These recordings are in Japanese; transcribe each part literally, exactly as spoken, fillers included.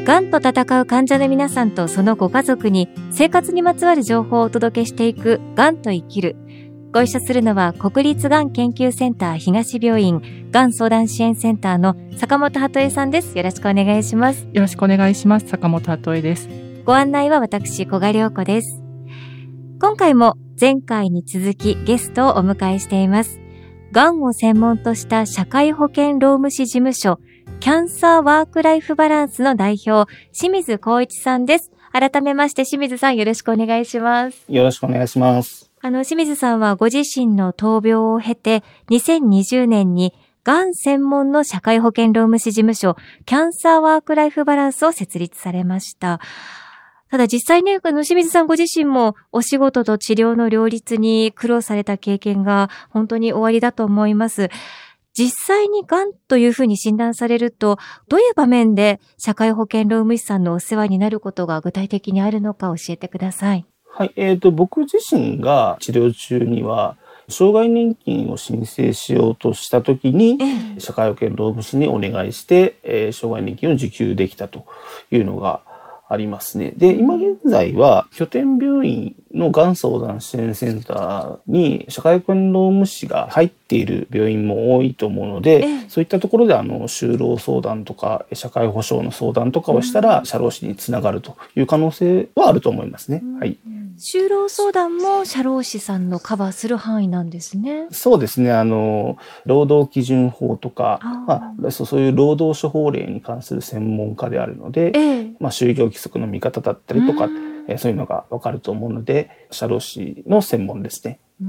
がんと闘う患者の皆さんとそのご家族に生活にまつわる情報をお届けしていくがんと生きる。ご一緒するのは国立がん研究センター東病院がん相談支援センターの坂本鳩恵さんです。よろしくお願いします。 よろしくお願いします。坂本鳩恵です。 ご案内は私小賀良子です。今回も前回に続きゲストをお迎えしています。がんを専門とした社会保険労務士事務所キャンサーワークライフバランスの代表清水光一さんです。改めまして清水さん、よろしくお願いします。 よろしくお願いします。 あの清水さんはご自身の闘病を経てにせんにじゅうねんにがん専門の社会保険労務士事務所キャンサーワークライフバランスを設立されました。ただ実際ね、あの清水さんご自身もお仕事と治療の両立に苦労された経験が本当におありだと思います。実際にがんというふうに診断されると、どういう場面で社会保険労務士さんのお世話になることが具体的にあるのか教えてください。 はい、えーと、僕自身が治療中には、障害年金を申請しようとしたときに、ええ、社会保険労務士にお願いして、えー、障害年金を受給できたというのがありますね。で、今現在は拠点病院のがん相談支援センターに社会保険労務士が入っている病院も多いと思うので、ええ、そういったところであの就労相談とか社会保障の相談とかをしたら、うん、社労士につながるという可能性はあると思いますね。うん、はい。 就労相談も社労士さんのカバーする範囲なんですね。 そうですね。あの労働基準法とか、あまあ、そういう労働処方例に関する専門家であるので、ええ、まあ、就業規則の見方だったりとか、えそういうのがわかると思うので、社労士の専門ですね。 うん、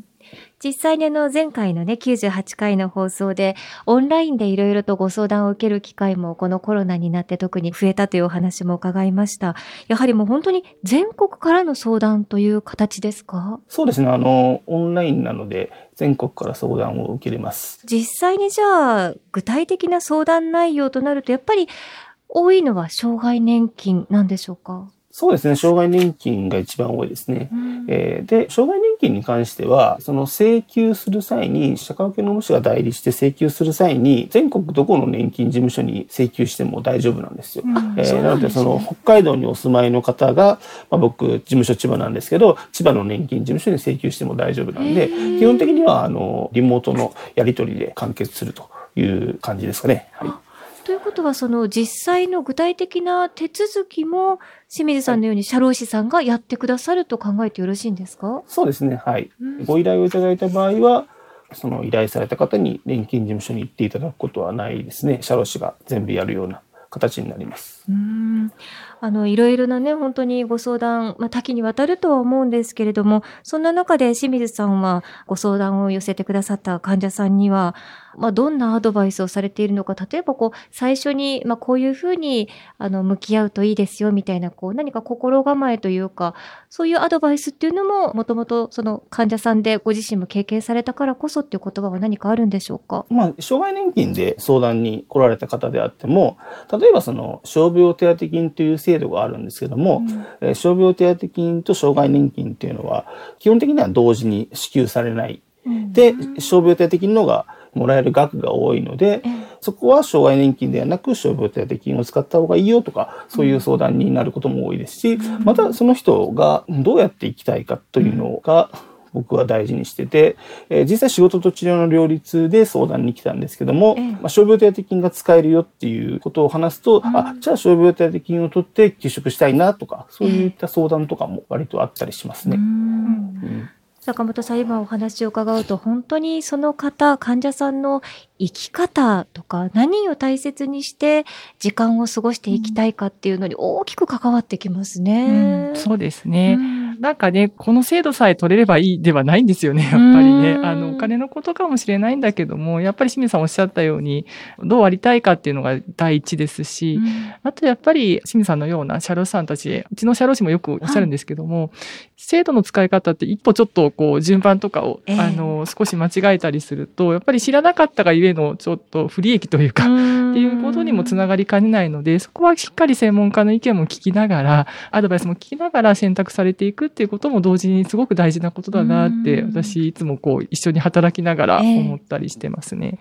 実際にあの前回のねきゅうじゅうはちかいの放送でオンラインでいろいろとご相談を受ける機会もこのコロナになって特に増えたというお話も伺いました。やはりもう本当に全国からの相談という形ですか？ そうですね。あのオンラインなので全国から相談を受けれます。 実際にじゃあ具体的な相談内容となるとやっぱり多いのは障害年金なんでしょうか？ そうですね。障害年金が一番多いですね。うんえー、で、障害年金に関しては、その請求する際に、社会保険労務士が代理して請求する際に、全国どこの年金事務所に請求しても大丈夫なんですよ。うんえー、なので、その北海道にお住まいの方が、まあ、僕、事務所千葉なんですけど、千葉の年金事務所に請求しても大丈夫なんで、基本的には、あの、リモートのやり取りで完結するという感じですかね。はい。 ということはその実際の具体的な手続きも清水さんのように社労士さんがやってくださると考えてよろしいんですか？ そうですね。はい。うん、ご依頼をいただいた場合は、その依頼された方に年金事務所に行っていただくことはないですね。社労士が全部やるような形になります。 うーんあのいろいろなね本当にご相談、まあ、多岐にわたるとは思うんですけれども、そんな中で清水さんはご相談を寄せてくださった患者さんには、まあ、どんなアドバイスをされているのか、例えばこう最初に、まあ、こういうふうにあの向き合うといいですよみたいなこう何か心構えというか、そういうアドバイスっていうのももともとその患者さんでご自身も経験されたからこそっていう言葉は何かあるんでしょうか？ まあ、障害年金で相談に来られた方であっても、例えばその傷病手当金という制度があるんですけども、うんえー、傷病手当金と障害年金っていうのは基本的には同時に支給されない。うん、で、傷病手当金の方がもらえる額が多いので、うん、そこは障害年金ではなく傷病手当金を使った方がいいよとか、そういう相談になることも多いですし、うん、またその人がどうやって生きたいかというのが、僕は大事にしてて、えー、実際仕事と治療の両立で相談に来たんですけども、ええまあ、傷病手当金が使えるよっていうことを話すと、うん、あ、じゃあ傷病手当金を取って休職したいなとか、そういった相談とかも割とあったりしますね。うんうん坂本さん、今お話を伺うと本当にその方、患者さんの生き方とか何を大切にして時間を過ごしていきたいかっていうのに大きく関わってきますね。 うん、そうですね、うん。なんかね、この制度さえ取れればいいではないんですよね、やっぱりね。あの、お金のことかもしれないんだけども、やっぱり清水さんおっしゃったように、どうありたいかっていうのが第一ですし、うん、あとやっぱり清水さんのような社労士さんたち、うちの社労士もよくおっしゃるんですけども、はい、制度の使い方って一歩ちょっとこう順番とかを、えー、あの少し間違えたりするとやっぱり知らなかったがゆえのちょっと不利益というかっていうことにもつながりかねないので、そこはしっかり専門家の意見も聞きながらアドバイスも聞きながら選択されていくっていうことも同時にすごく大事なことだなって私いつもこう一緒に働きながら思ったりしてますね。 えー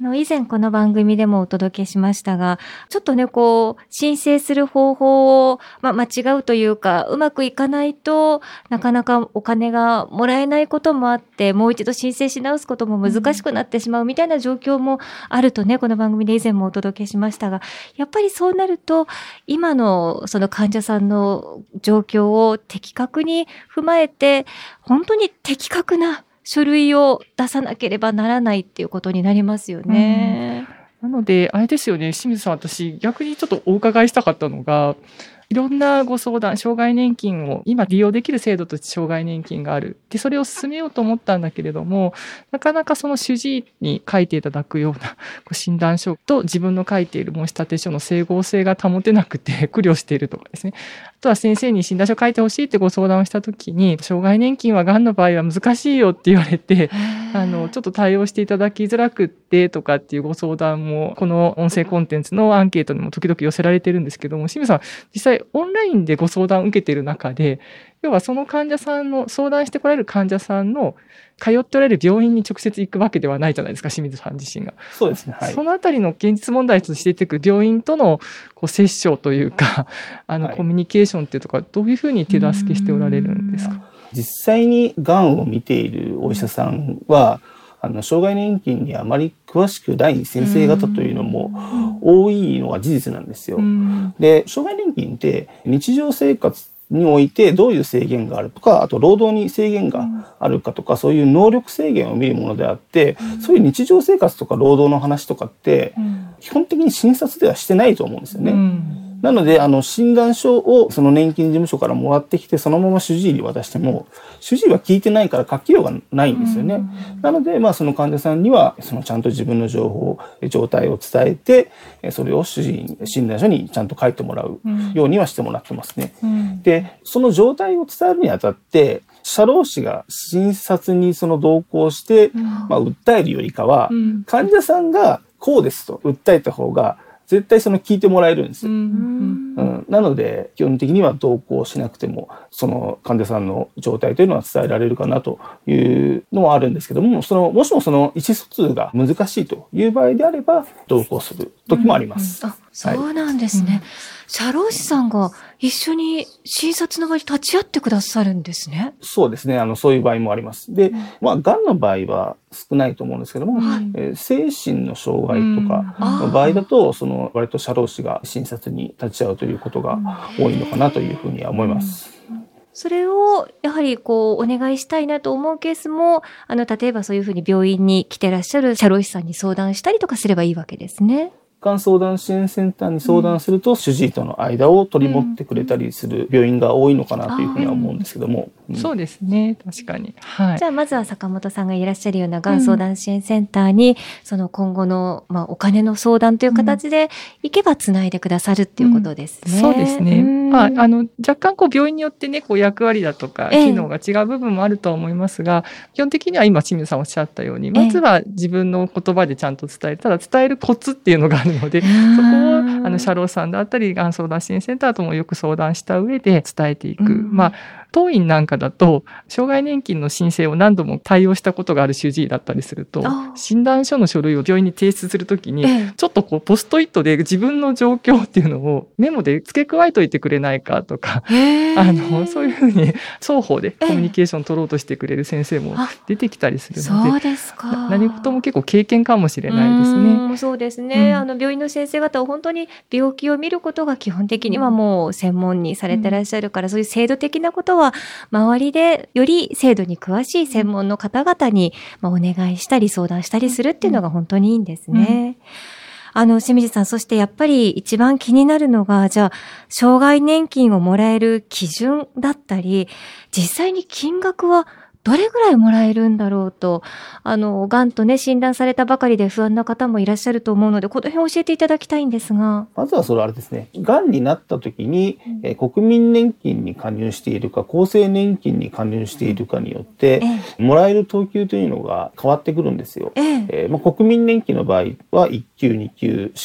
あの以前この番組でもお届けしましたが、ちょっとね、こう、申請する方法を、まあ、間違うというか、うまくいかないとなかなかお金がもらえないこともあって、もう一度申請し直すことも難しくなってしまうみたいな状況もあるとね、この番組で以前もお届けしましたが、やっぱりそうなると、今のその患者さんの状況を的確に踏まえて、本当に的確な書類を出さなければならないっていうことになりますよね。 うん、なので、あれですよね、清水さん、私、逆にちょっとお伺いしたかったのが、いろんなご相談、障害年金を今利用できる制度として障害年金がある。で、それを進めようと思ったんだけれども、なかなかその主治医に書いていただくような診断書と自分の書いている申立書の整合性が保てなくて苦慮しているとかですね。あとは先生に診断書書いてほしいってご相談をしたときに、障害年金はがんの場合は難しいよって言われて、あの、ちょっと対応していただきづらくってとかっていうご相談も、この音声コンテンツのアンケートにも時々寄せられてるんですけども、清水さん、実際オンラインでご相談を受けている中で、要はその患者さんの、相談してこられる患者さんの通っておられる病院に直接行くわけではないじゃないですか、清水さん自身が。 そうですね。はい。 そのあたりの現実問題として出てくる病院とのこう接触というか、あの、はい、コミュニケーションっていうところはどういうふうに手助けしておられるんですか？ 実際にがんを見ているお医者さんは、あの、障害年金にあまり詳しくない先生方というのも多いのが事実なんですよ。で、障害年金って日常生活においてどういう制限があるとか、あと労働に制限があるかとか、そういう能力制限を見るものであって、そういう日常生活とか労働の話とかって、基本的に診察ではしてないと思うんですよね。なので、あの、診断書をその年金事務所からもらってきて、そのまま主治医に渡しても、主治医は聞いてないから書きようがないんですよね。なので、まあ、その患者さんには、そのちゃんと自分の情報、状態を伝えて、それを主治医に、診断書にちゃんと書いてもらうようにはしてもらってますね。で、その状態を伝えるにあたって、社労士が診察にその同行して、まあ、訴えるよりかは、患者さんがこうですと訴えた方が、絶対その聞いてもらえるんですよ。うんうんうん、なので、基本的には同行しなくても、その患者さんの状態というのは伝えられるかなというのはあるんですけども、その、もしもその意思疎通が難しいという場合であれば、同行する時もあります。 うんうん、あ、そうなんですね。はい、社労士さんが一緒に診察の場に立ち会ってくださるんですね。 そうですね。あの、そういう場合もあります。で、まあ、がんの場合は少ないと思うんですけども、はい、えー、精神の障害とかの場合だと、その、割と社労士が診察に立ち会うということが多いのかなというふうには思います。 それを、やはりこう、お願いしたいなと思うケースも、あの、例えばそういうふうに病院に来てらっしゃる社労士さんに相談したりとかすればいいわけですね。 がん相談支援センターに相談すると、うん、主治医との間を取り持ってくれたりする病院が多いのかなというふうには思うんですけども。 うん、そうですね。確かに。はい。 じゃあ、まずは坂本さんがいらっしゃるようながん相談支援センターに、うん、その今後の、まあ、お金の相談という形で行けばつないでくださるっていうことですね。 うん、そうですね。うん、まあ、あの、若干こう病院によってね、こう役割だとか、機能が違う部分もあるとは思いますが、ええ、基本的には今、清水さんおっしゃったように、まずは自分の言葉でちゃんと伝える。ただ伝えるコツっていうのがあるので、そこを、あの、社労さんだったり、がん相談支援センターともよく相談した上で伝えていく。うん、まあ、当院なんかだと、障害年金の申請を何度も対応したことがある主治医だったりすると、診断書の書類を病院に提出するときに、ええ、ちょっとこう、ポストイットで自分の状況っていうのをメモで付け加えといてくれないかとか、あの、そういうふうに双方でコミュニケーションを取ろうとしてくれる先生も出てきたりするので、 そうですか。 何事も結構経験かもしれないですね。 うそうですね、うん。あの、病院の先生方は本当に病気を見ることが基本的にはもう専門にされてらっしゃるから、うん、そういう制度的なことは周りでより制度に詳しい専門の方々にお願いしたり相談したりするっていうのが本当にいいんですね。うん、あの、清水さん、そしてやっぱり一番気になるのが、じゃあ、障害年金をもらえる基準だったり、実際に金額はどれぐらいもらえるんだろうと、あの、がんとね、診断されたばかりで不安な方もいらっしゃると思うので、この辺教えていただきたいんですが。 まずはそれあれですね。がんになった時に、うん、えー、国民年金に加入しているか、厚生年金に加入しているかによって、ええ、もらえる等級というのが変わってくるんですよ。えええーまあ、国民年金の場合はいっ級、に級しか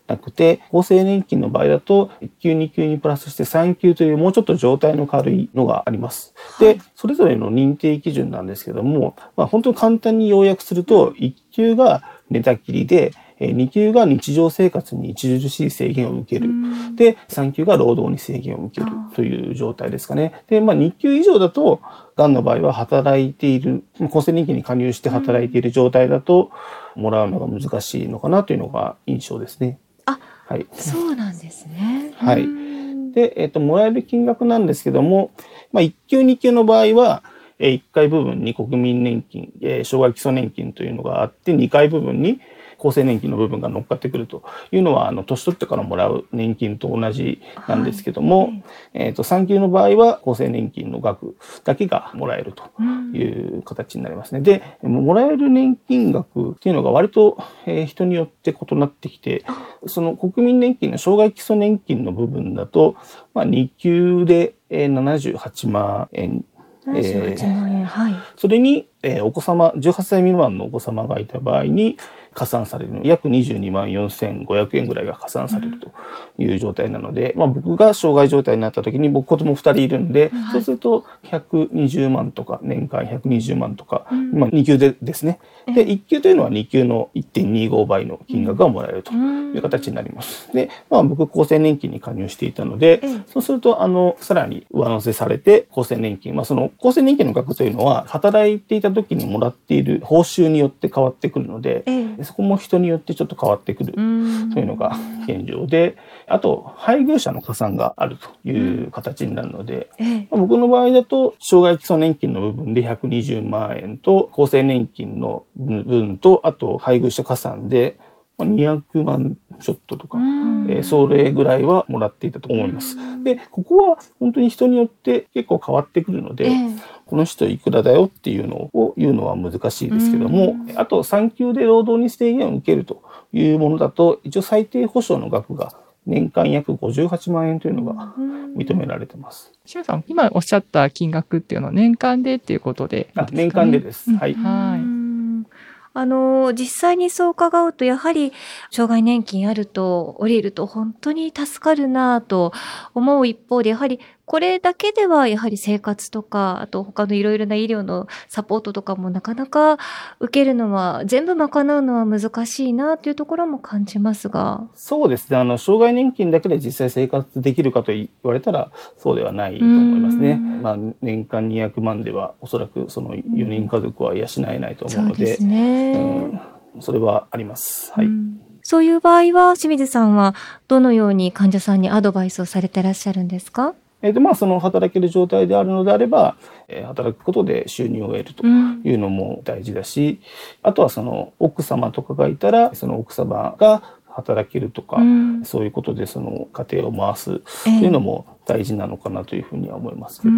なくて、厚生年金の場合だといっ級に級にプラスしてさん級というもうちょっと状態の軽いのがあります。で、それぞれの認定基準なんですけども、まあ、本当に簡単に要約すると、いっ級が寝たきりで、に級が日常生活に著しい制限を受ける。で、さん級が労働に制限を受けるという状態ですかね。で、まあに級以上だと、がんの場合は働いている、厚生年金に加入して働いている状態だと、もらうのが難しいのかなというのが印象ですね。 あ、 はい。 そうなんですね。 はい。で、えっと、もらえる金額なんですけども、まあいっ級に級の場合は、いっかい部分に国民年金、障害基礎年金というのがあって、にかい部分に厚生年金の部分が乗っかってくるというのは、あの、年取ってからもらう年金と同じなんですけども、はい、えっと、さん級の場合は厚生年金の額だけがもらえるという形になりますね。で、もらえる年金額っていうのが割と、えー、人によって異なってきて、その国民年金の障害基礎年金の部分だと、まあ、に級でななじゅうはちまんえん、 ななじゅうはちまんえん、えー、はい。 それに、えー、お子様、じゅうはっさい未満のお子様がいた場合に加算される、約にじゅうにまんよんせんごひゃくえんぐらいが加算されるという状態なので、うん、まあ僕が障害状態になった時に僕子供ふたりいるんで、はい、そうするとひゃくにじゅうまんとか、年間ひゃくにじゅうまんとか、うん、まあに級でですね。で、いっ級というのはに級の いってんにご 倍の金額がもらえるという形になります。で、まあ僕厚生年金に加入していたので、うん、そうすると、あの、さらに上乗せされて厚生年金、まあその厚生年金の額というのは働いていた時にもらっている報酬によって変わってくるので、うん、そこも人によってちょっと変わってくるというのが現状で、あと配偶者の加算があるという形になるので、うん、僕の場合だと障害基礎年金の部分でひゃくにじゅうまんえんと厚生年金の分と、あと配偶者加算でにひゃくまんちょっととか、えー、それぐらいはもらっていたと思います。で、ここは本当に人によって結構変わってくるので、えー、この人いくらだよっていうのを言うのは難しいですけども、あとさん級で労働に制限を受けるというものだと、一応最低保障の額が年間約ごじゅうはちまんえんというのが認められてます。 清水さん、今おっしゃった金額っていうのは年間でっていうことでいいですかね？ あ、年間でです。はい。 はい。あの、実際にそう伺うと、やはり、障害年金あると、降りると本当に助かるなぁと思う一方で、やはり、これだけでは、やはり生活とか、あと他のいろいろな医療のサポートとかもなかなか受けるのは、全部賄うのは難しいなというところも感じますが。 そうですね。あの、障害年金だけで実際生活できるかと言われたら、そうではないと思いますね。まあ、年間にひゃくまんでは、おそらくそのよにん家族は養えないと思うので、 そうですね。 うん、それはあります。はい。 そういう場合は、清水さんはどのように患者さんにアドバイスをされてらっしゃるんですか？ えっと、まあ、その働ける状態であるのであれば、えー、働くことで収入を得るというのも大事だし、うん、あとはその奥様とかがいたら、その奥様が働けるとか、うん、そういうことでその家庭を回すというのも大事なのかなというふうには思いますけど。うん、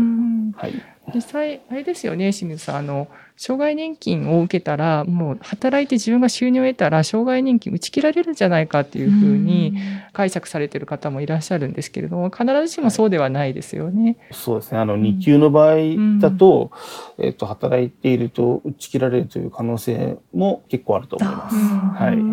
はい。 実際、あれですよね、清水さん、あの、障害年金を受けたら、もう働いて自分が収入を得たら、障害年金打ち切られるんじゃないかっていうふうに解釈されている方もいらっしゃるんですけれども、必ずしもそうではないですよね。 はい、そうですね。あの、に級の場合だと、うん、えっと、働いていると打ち切られるという可能性も結構あると思います。はい。うん、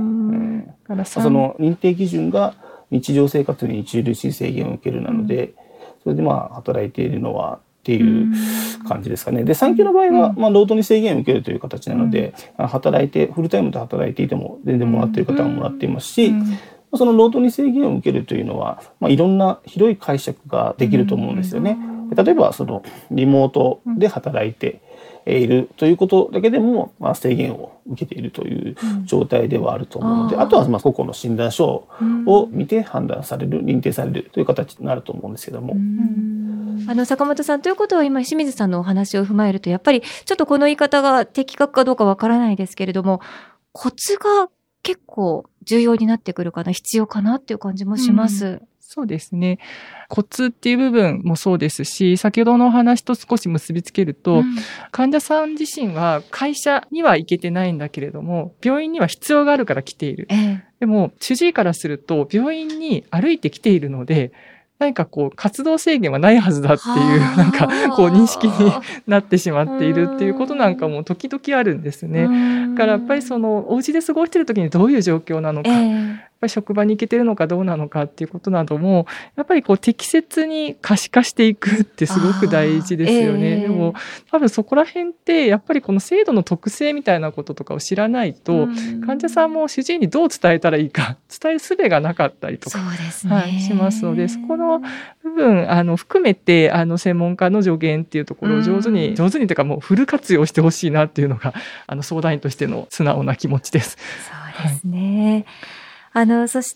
からその認定基準が日常生活に著しい制限を受けるなので、うん、それでまあ、働いているのは、っていう感じですかね。で、さん級の場合は、まあ、労働に制限を受けるという形なので、うん、働いて、フルタイムで働いていても全然もらっている方はもらっていますし、うん、その労働に制限を受けるというのは、まあ、いろんな広い解釈ができると思うんですよね。例えば、その、リモートで働いているということだけでも、まあ、制限を受けているという状態ではあると思うので、うん、あ, あとは、まあ、個々の診断書を見て判断される、認定されるという形になると思うんですけども。うんあの、坂本さん、ということは今、清水さんのお話を踏まえると、やっぱり、ちょっとこの言い方が的確かどうかわからないですけれども、コツが結構重要になってくるかな、必要かなっていう感じもします。うん、 そうですね。コツっていう部分もそうですし、先ほどのお話と少し結びつけると、うん、患者さん自身は会社には行けてないんだけれども、病院には必要があるから来ている。ええ、でも、主治医からすると、病院に歩いてきているので、何かこう活動制限はないはずだっていうなんかこう認識になってしまっているっていうことなんかも時々あるんですね。 からやっぱりそのお家で過ごしている時にどういう状況なのか、えー、やっぱり職場に行けてるのかどうなのかっていうことなどもやっぱりこう適切に可視化していくってすごく大事ですよね。えー、でも多分そこら辺ってやっぱりこの制度の特性みたいなこととかを知らないと、患者さんも主治医にどう伝えたらいいか伝える術がなかったりとか、 そうですね、 はい、しますので、そこの部分あの含めてあの専門家の助言っていうところを上手に上手にというかもうフル活用してほしいなっていうのがあの相談員としての素直な気持ちです。 そうですね。はい、あの、そして、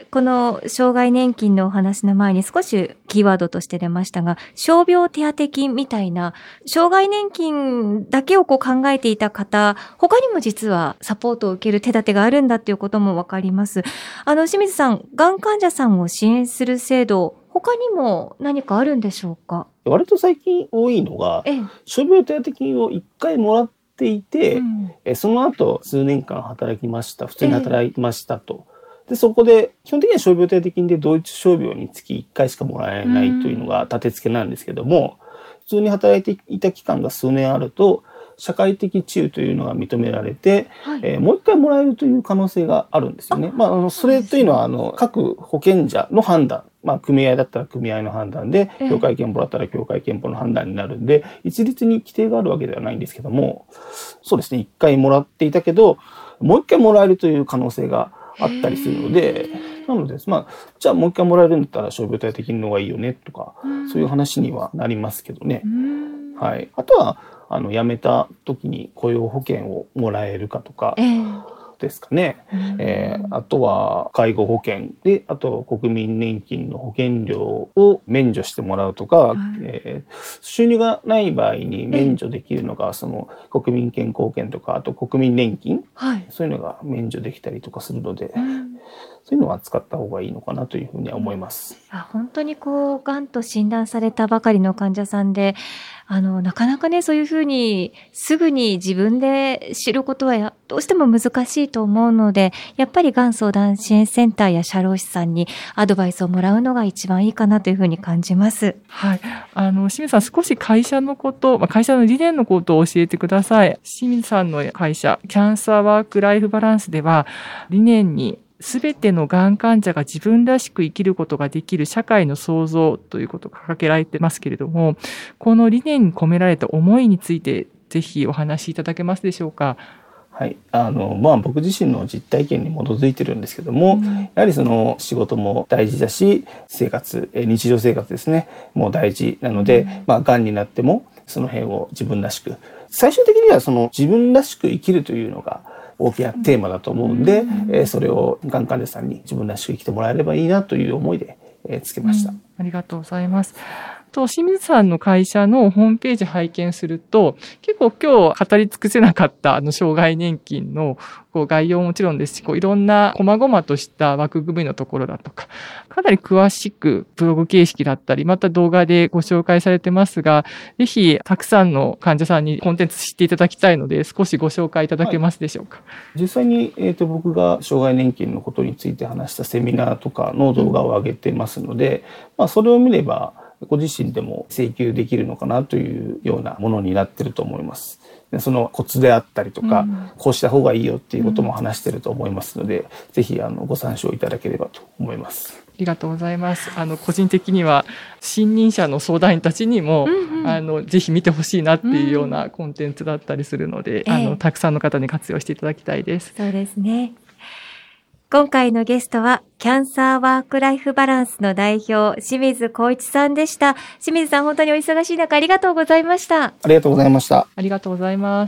この障害年金のお話の前に少しキーワードとして出ましたが、傷病手当金みたいな、障害年金だけをこう考えていた方、他にも実はサポートを受ける手立てがあるんだっていうこともわかります。あの、清水さん、がん患者さんを支援する制度、他にも何かあるんでしょうか？ 割と最近多いのが、ええ、傷病手当金をいっかいもらっていて、うん、えその後数年間働きました、普通に働きましたと。ええ、でそこで基本的には傷病手当金で同一傷病につきいっかいしかもらえないというのが立て付けなんですけども、うん、普通に働いていた期間が数年あると社会的治癒というのが認められて、はい、えー、もう一回もらえるという可能性があるんですよね。あ、まあ、あのそれというのはあの各保険者の判断、まあ、組合だったら組合の判断で、協会憲法だったら協会憲法の判断になるんで、一律に規定があるわけではないんですけども、そうですね、一回もらっていたけど、もう一回もらえるという可能性があったりするので、なので、まあ、じゃあもう一回もらえるんだったら傷病手当金の方がいいよねとか、そういう話にはなりますけどね。はい。あとは、あの、辞めた時に雇用保険をもらえるかとか、えーですかね。えー、あとは介護保険で、あと国民年金の保険料を免除してもらうとか、はい、えー、収入がない場合に免除できるのが、その国民健康保険とか、あと国民年金、はい、そういうのが免除できたりとかするので、うん、そういうのは使った方がいいのかなというふうには思います。 うん、あ、本当にこう、がんと診断されたばかりの患者さんで、あの、なかなかね、そういうふうにすぐに自分で知ることはやどうしても難しいと思うので、やっぱりがん相談支援センターや社労士さんにアドバイスをもらうのが一番いいかなというふうに感じます。 はい。あの、清水さん、少し会社のこと、まあ、会社の理念のことを教えてください。清水さんの会社、キャンサーワークライフバランスでは、理念にすべてのがん患者が自分らしく生きることができる社会の創造ということが掲げられてますけれども、この理念に込められた思いについて、ぜひお話しいただけますでしょうか。 はい。あの、まあ、僕自身の実体験に基づいてるんですけども、うん、やはりその仕事も大事だし、生活、日常生活ですね、もう大事なので、うん、まあ、がんになっても、その辺を自分らしく、最終的にはその自分らしく生きるというのが、大きなテーマだと思うんで、うん、えー、それをがん患者さんに自分らしく生きてもらえればいいなという思いで、えー、つけました、うん。 ありがとうございます。と、清水さんの会社のホームページ拝見すると、結構今日語り尽くせなかったあの障害年金のこう概要ももちろんですし、こういろんな細々とした枠組みのところだとか、かなり詳しくブログ形式だったり、また動画でご紹介されてますが、ぜひたくさんの患者さんにコンテンツ知っていただきたいので、少しご紹介いただけますでしょうか。はい、 実際に、えーと、僕が障害年金のことについて話したセミナーとかの動画を上げてますので、うん、まあそれを見れば、ご自身でも請求できるのかなというようなものになっていると思います。でそのコツであったりとか、うん、こうした方がいいよっていうことも話していると思いますので、うん、ぜひあのご参照いただければと思います。 ありがとうございます。あの個人的には新任者の相談員たちにも、うんうん、あのぜひ見てほしいなっていうようなコンテンツだったりするので、うん、あのたくさんの方に活用していただきたいです。 そうですね。今回のゲストは、キャンサーワークライフバランスの代表、清水光一さんでした。清水さん、本当にお忙しい中、ありがとうございました。 ありがとうございました。 ありがとうございます。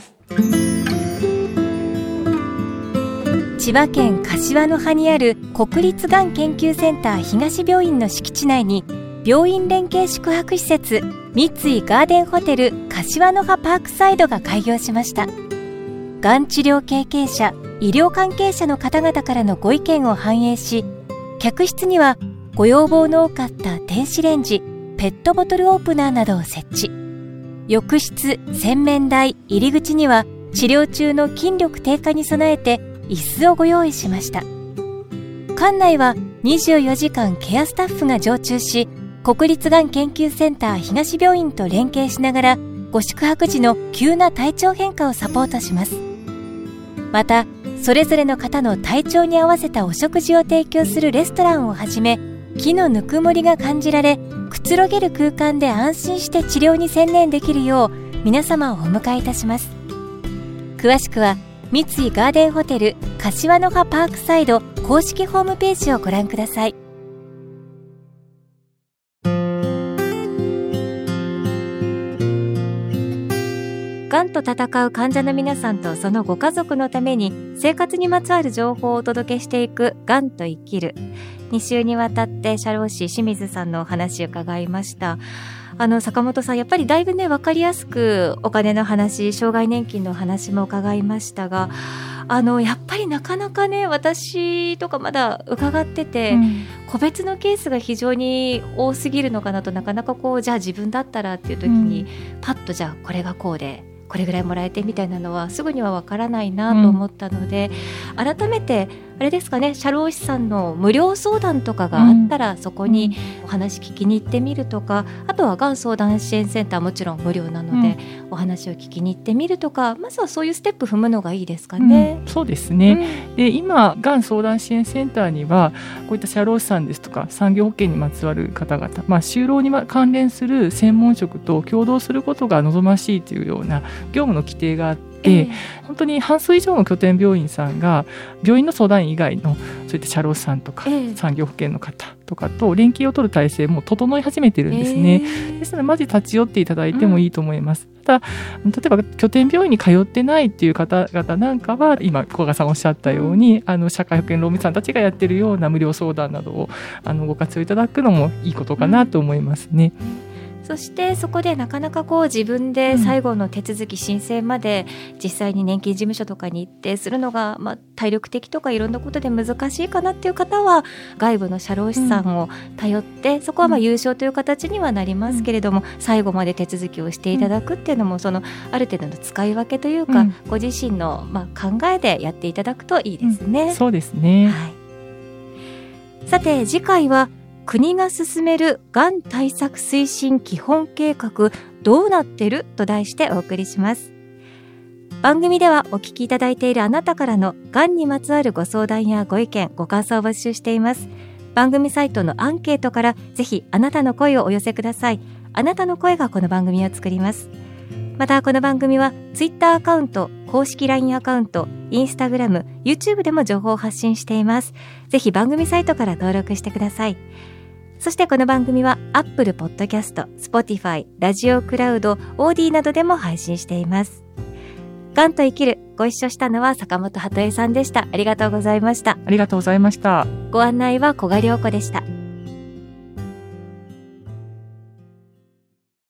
千葉県柏の葉にある国立がん研究センター東病院の敷地内に、病院連携宿泊施設、三井ガーデンホテル柏の葉パークサイドが開業しました。がん治療経験者、医療関係者の方々からのご意見を反映し、客室にはご要望の多かった電子レンジ、ペットボトルオープナーなどを設置。浴室、洗面台、入り口には治療中の筋力低下に備えて椅子をご用意しました。館内はにじゅうよじかんケアスタッフが常駐し、国立がん研究センター東病院と連携しながら、ご宿泊時の急な体調変化をサポートします。 また、それぞれの方の体調に合わせたお食事を提供するレストランをはじめ、木のぬくもりが感じられ、くつろげる空間で安心して治療に専念できるよう皆様をお迎えいたします。詳しくは三井ガーデンホテル柏の葉パークサイド公式ホームページをご覧ください。がんと闘う患者の皆さんとそのご家族のために生活にまつわる情報をお届けしていくがんと生きる。に週にわたって社労士清水さんのお話を伺いました。あの坂本さん、やっぱりだいぶね分かりやすくお金の話、障害年金の話も伺いましたが、あのやっぱりなかなかね、私とかまだ伺ってて、うん、個別のケースが非常に多すぎるのかなと、なかなかこうじゃあ自分だったらっていう時に、うん、パッとじゃあこれがこうでこれぐらいもらえてみたいなのはすぐにはわからないなと思ったので、うん、改めてあれですかね、社労士さんの無料相談とかがあったら、うん、そこにお話聞きに行ってみるとか、あとはがん相談支援センターもちろん無料なので、うん、お話を聞きに行ってみるとか、まずはそういうステップ踏むのがいいですかね。 うん、そうですね、うん、で今がん相談支援センターにはこういった社労士さんですとか産業保険にまつわる方々、まあ、就労に関連する専門職と共同することが望ましいというような業務の規定があって、えー、本当に半数以上の拠点病院さんが病院の相談員以外のそういった社労士さんとか、えー、産業保険の方とかと連携を取る体制も整い始めているんですね。えー、ですのでまず立ち寄っていただいてもいいと思います。うん、ただ例えば拠点病院に通ってないっていう方々なんかは今小川さんおっしゃったように、うん、あの社会保険労務士さんたちがやっているような無料相談などをあのご活用いただくのもいいことかなと思いますね。うん、 そしてそこでなかなかこう自分で最後の手続き申請まで実際に年金事務所とかに行ってするのが、まあ、体力的とかいろんなことで難しいかなっていう方は外部の社労士さんを頼って、うん、そこはまあ有償という形にはなりますけれども、うん、最後まで手続きをしていただくっていうのもそのある程度の使い分けというか、うん、ご自身のまあ考えでやっていただくといいですね。 うん、そうですね。はい、 さて次回は国が進めるがん対策推進基本計画どうなってると題してお送りします。番組ではお聞きいただいているあなたからのがんにまつわるご相談やご意見ご感想を募集しています。番組サイトのアンケートからぜひあなたの声をお寄せください。あなたの声がこの番組を作ります。またこの番組はツイッターアカウント、公式 ライン アカウント、インスタグラム、YouTube でも情報を発信しています。ぜひ番組サイトから登録してください。そしてこの番組は Apple Podcast、Spotify、ラジオクラウド、オーディなどでも配信しています。がんと生きる、ご一緒したのは坂本鳩江さんでした。ありがとうございました。 ありがとうございました。 ご案内は小賀良子でした。